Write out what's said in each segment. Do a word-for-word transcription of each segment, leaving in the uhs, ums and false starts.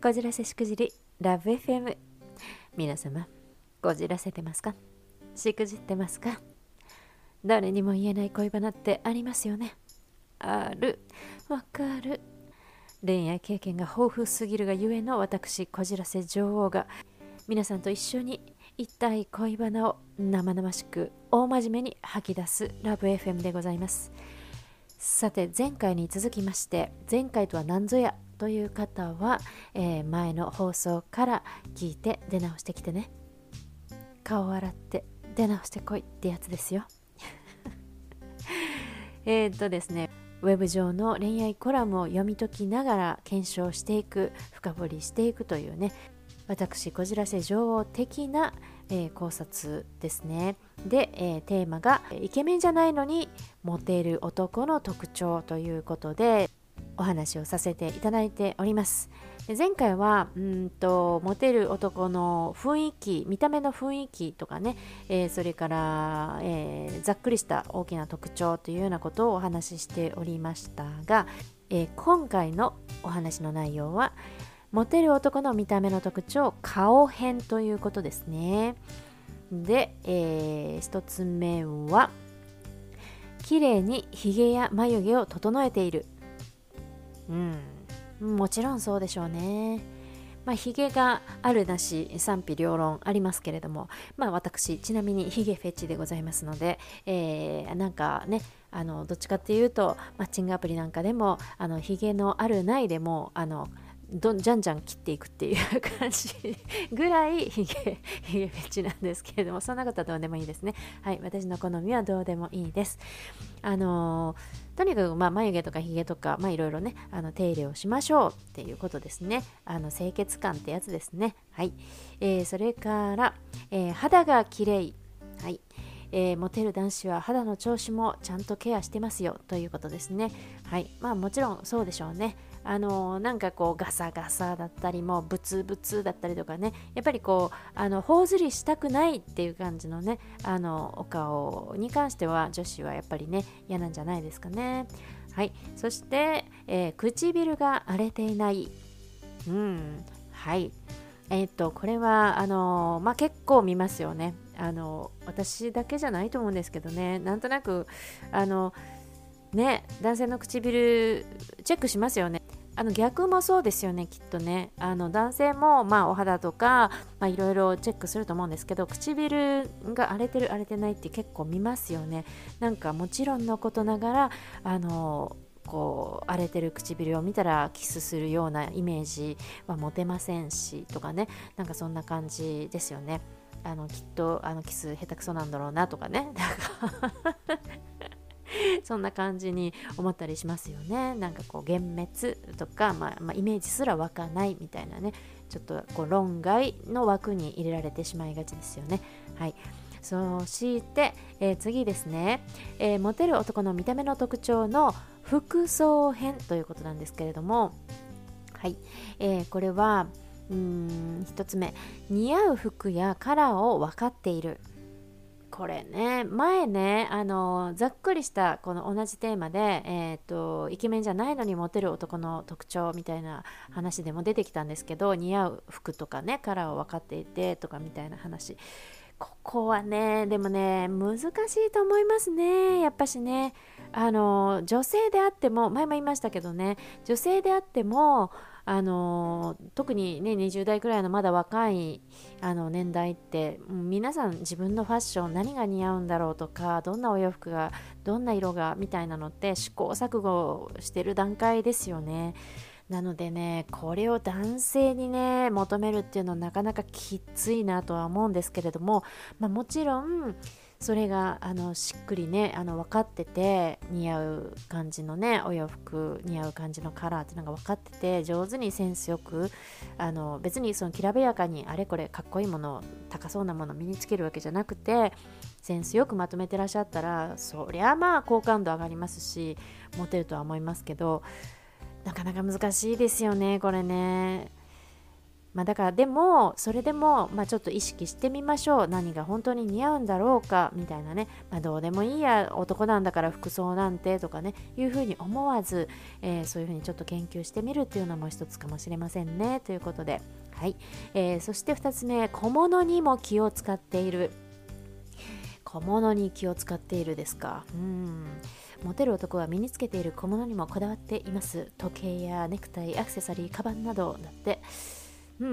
こじらせしくじりラブ エフエム。 皆様、こじらせてますか？しくじってますか？誰にも言えない恋バナってありますよね。ある。わかる。恋愛経験が豊富すぎるがゆえの私こじらせ女王が皆さんと一緒に一体恋バナを生々しく大真面目に吐き出すラブ エフエム でございます。さて、前回に続きまして、前回とは何ぞやという方は、えー、前の放送から聞いて出直してきてね。顔を洗って出直してこいってやつですよ。えっとですねウェブ上の恋愛コラムを読み解きながら検証していく、深掘りしていくというね、私こじらせ女王的な、えー、考察ですね。で、えー、テーマがイケメンじゃないのにモテる男の特徴ということでお話をさせていただいております。前回はうんとモテる男の雰囲気、見た目の雰囲気とかね、えー、それから、えー、ざっくりした大きな特徴というようなことをお話ししておりましたが、えー、今回のお話の内容はモテる男の見た目の特徴、顔編ということですね。で、えー、一つ目は綺麗にひげや眉毛を整えている。うん、もちろんそうでしょうね。まあ、ひげがあるなし賛否両論ありますけれども、まあ、私ちなみにひげフェチでございますので、えー、なんかね、あのどっちかっていうとマッチングアプリなんかでもあのひげのあるないでもあのどんじゃんじゃん切っていくっていう感じぐらいひげひげフェチなんですけれども、そんなことはどうでもいいですね。はい、私の好みはどうでもいいです。あのー、とにかく、まあ、眉毛とかひげとか、まあ、いろいろねあの手入れをしましょうっていうことですね。あの清潔感ってやつですね。はい、えー、それから、えー、肌がきれい。はい、えー、モテる男子は肌の調子もちゃんとケアしてますよということですね。はい、まあもちろんそうでしょうね。あのー、なんかこうガサガサだったりもブツブツだったりとかね、やっぱりこうあの頬ずりしたくないっていう感じのね、あのお顔に関しては女子はやっぱりね嫌なんじゃないですかね。はい、そして、えー、唇が荒れていない。うん、はい。えー、っとこれはあのー、まあ結構見ますよね。あの私だけじゃないと思うんですけどね、なんとなくあのね男性の唇チェックしますよね。あの逆もそうですよね、きっとね。あの男性もまあお肌とかいろいろチェックすると思うんですけど、唇が荒れてる荒れてないって結構見ますよね。なんかもちろんのことながらあのこう荒れてる唇を見たらキスするようなイメージは持てませんしとかね、なんかそんな感じですよね。あのきっとあのキス下手くそなんだろうなとかねそんな感じに思ったりしますよね。なんかこう幻滅とか、まあまあ、イメージすら湧かないみたいなね、ちょっとこう論外の枠に入れられてしまいがちですよね。はい、そして、えー、次ですね、えー、モテる男の見た目の特徴の服装編ということなんですけれども、はい、えー、これはうーん一つ目、似合う服やカラーを分かっている。これね、前ね、あのざっくりしたこの同じテーマで、えーと、イケメンじゃないのにモテる男の特徴みたいな話でも出てきたんですけど、似合う服とかね、カラーを分かっていてとかみたいな話、ここはね、でもね、難しいと思いますね。やっぱしね、あの女性であっても、前も言いましたけどね、女性であってもあの特にねにじゅう代くらいのまだ若いあの年代って、皆さん自分のファッション何が似合うんだろうとか、どんなお洋服がどんな色がみたいなのって試行錯誤してる段階ですよね。なのでね、これを男性にね求めるっていうのはなかなかきついなとは思うんですけれども、まあ、もちろんそれがあのしっくりねあの分かってて、似合う感じのねお洋服、似合う感じのカラーっていうのが分かってて、上手にセンスよく、あの別にそのきらびやかにあれこれかっこいいもの、高そうなものを身につけるわけじゃなくて、センスよくまとめてらっしゃったら、そりゃまあ好感度上がりますしモテるとは思いますけど、なかなか難しいですよねこれね。 まあ、だからでもそれでも、まあ、ちょっと意識してみましょう。何が本当に似合うんだろうかみたいなね、まあ、どうでもいいや男なんだから服装なんてとかねいうふうに思わず、えー、そういうふうにちょっと研究してみるっていうのも一つかもしれませんねということで、はい、えー、そしてふたつめ、小物にも気を使っている。小物に気を使っているですか。うーんモテる男は身につけている小物にもこだわっています。時計やネクタイ、アクセサリー、カバンなどだって。うん、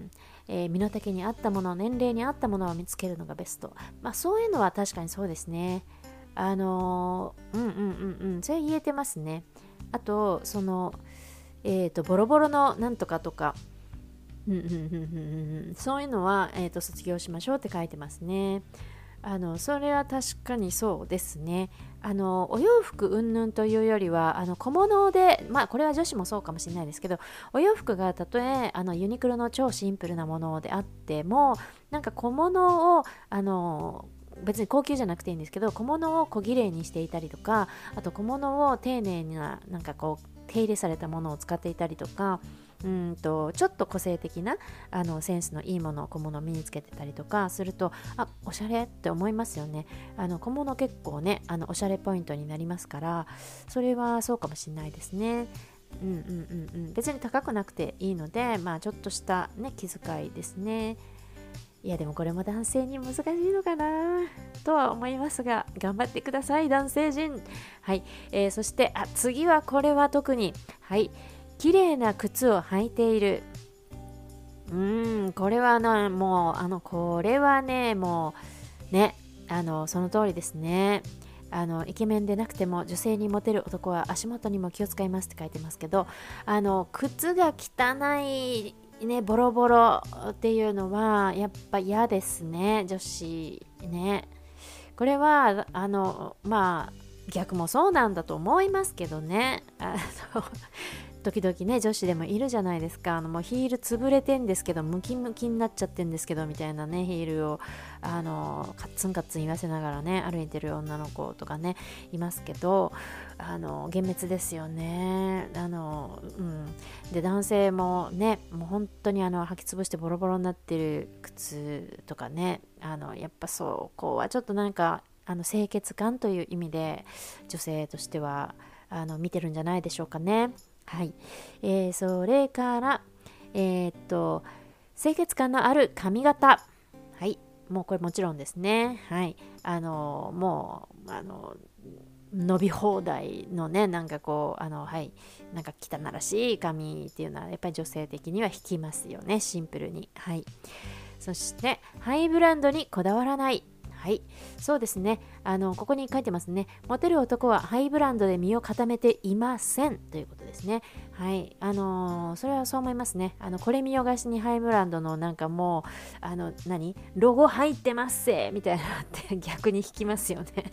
えー、身の丈に合ったもの、年齢に合ったものを見つけるのがベスト。まあそういうのは確かにそうですね。あのー、うんうんうんうん、それ言えてますね。あと、その、えっと、ボロボロのなんとかとか、うんうんうんうんうん、そういうのは、えーと、卒業しましょうって書いてますね。あのそれは確かにそうですね。あのお洋服云々というよりはあの小物で、まあこれは女子もそうかもしれないですけど、お洋服がたとえあのユニクロの超シンプルなものであっても、なんか小物をあの別に高級じゃなくていいんですけど、小物を小綺麗にしていたりとか、あと小物を丁寧ななんかこう手入れされたものを使っていたりとか、うんとちょっと個性的なあのセンスのいいもの小物を身につけてたりとかすると、あ、おしゃれって思いますよね。あの小物結構ねあのおしゃれポイントになりますから、それはそうかもしれないですね。うんうんうんうん、別に高くなくていいので、まあちょっとしたね気遣いですね。いやでもこれも男性に難しいのかなとは思いますが、頑張ってください男性陣。はい、えー、そしてあ次はこれは特にはい綺麗な靴を履いている。うーんこれはなもうあのこれはねもうねあのその通りですね。あのイケメンでなくても女性にモテる男は足元にも気を使いますって書いてますけど、あの靴が汚いねボロボロっていうのはやっぱ嫌ですね女子ね。これはあのまあ逆もそうなんだと思いますけどね。あの時々ね女子でもいるじゃないですか。あのもうヒール潰れてんですけどムキムキになっちゃってんですけどみたいなねヒールをあのカッツンカッツン言わせながらね歩いてる女の子とかねいますけど、あの幻滅ですよね。あの、うん、で男性もねもう本当にあの履き潰してボロボロになってる靴とかね、あのやっぱそうこうはちょっとなんかあの清潔感という意味で女性としてはあの見てるんじゃないでしょうかね。はい、えー、それからえー、っと清潔感のある髪型、はい、もうこれもちろんですね。はい、あのもうあの伸び放題のねなんかこうあのはいなんか汚らしい髪っていうのはやっぱり女性的には引きますよね、シンプルに。はい、そしてハイブランドにこだわらない。はい、そうですね。あのここに書いてますね。モテる男はハイブランドで身を固めていませんということですね。はい、あのー、それはそう思いますね。あのこれ見よがしにハイブランドのなんかもうあの何ロゴ入ってますせみたいなって逆に引きますよね。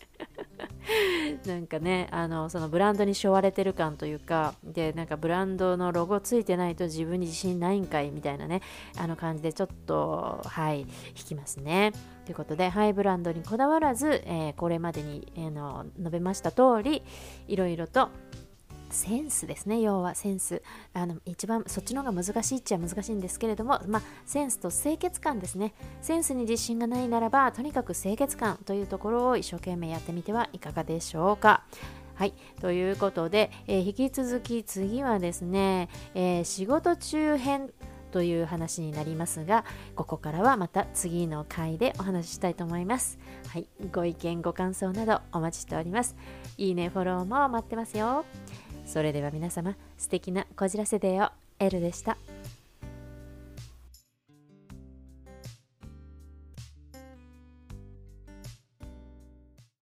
なんかねあのそのブランドに背負われてる感というかで、なんかブランドのロゴついてないと自分に自信ないんかいみたいなねあの感じでちょっとはい引きますね。ということでハイブランドにこだわらず、えー、これまでに、えー、の述べました通りいろいろとセンスですね。要はセンス、あの一番そっちの方が難しいっちゃ難しいんですけれども、まあ、センスと清潔感ですね。センスに自信がないならばとにかく清潔感というところを一生懸命やってみてはいかがでしょうか。はい、ということで、えー、引き続き次はですね、えー、仕事中編という話になりますが、ここからはまた次の回でお話ししたいと思います。はい、ご意見ご感想などお待ちしております。いいねフォローも待ってますよ。それでは皆様、素敵なこじらせデーを。エルでした。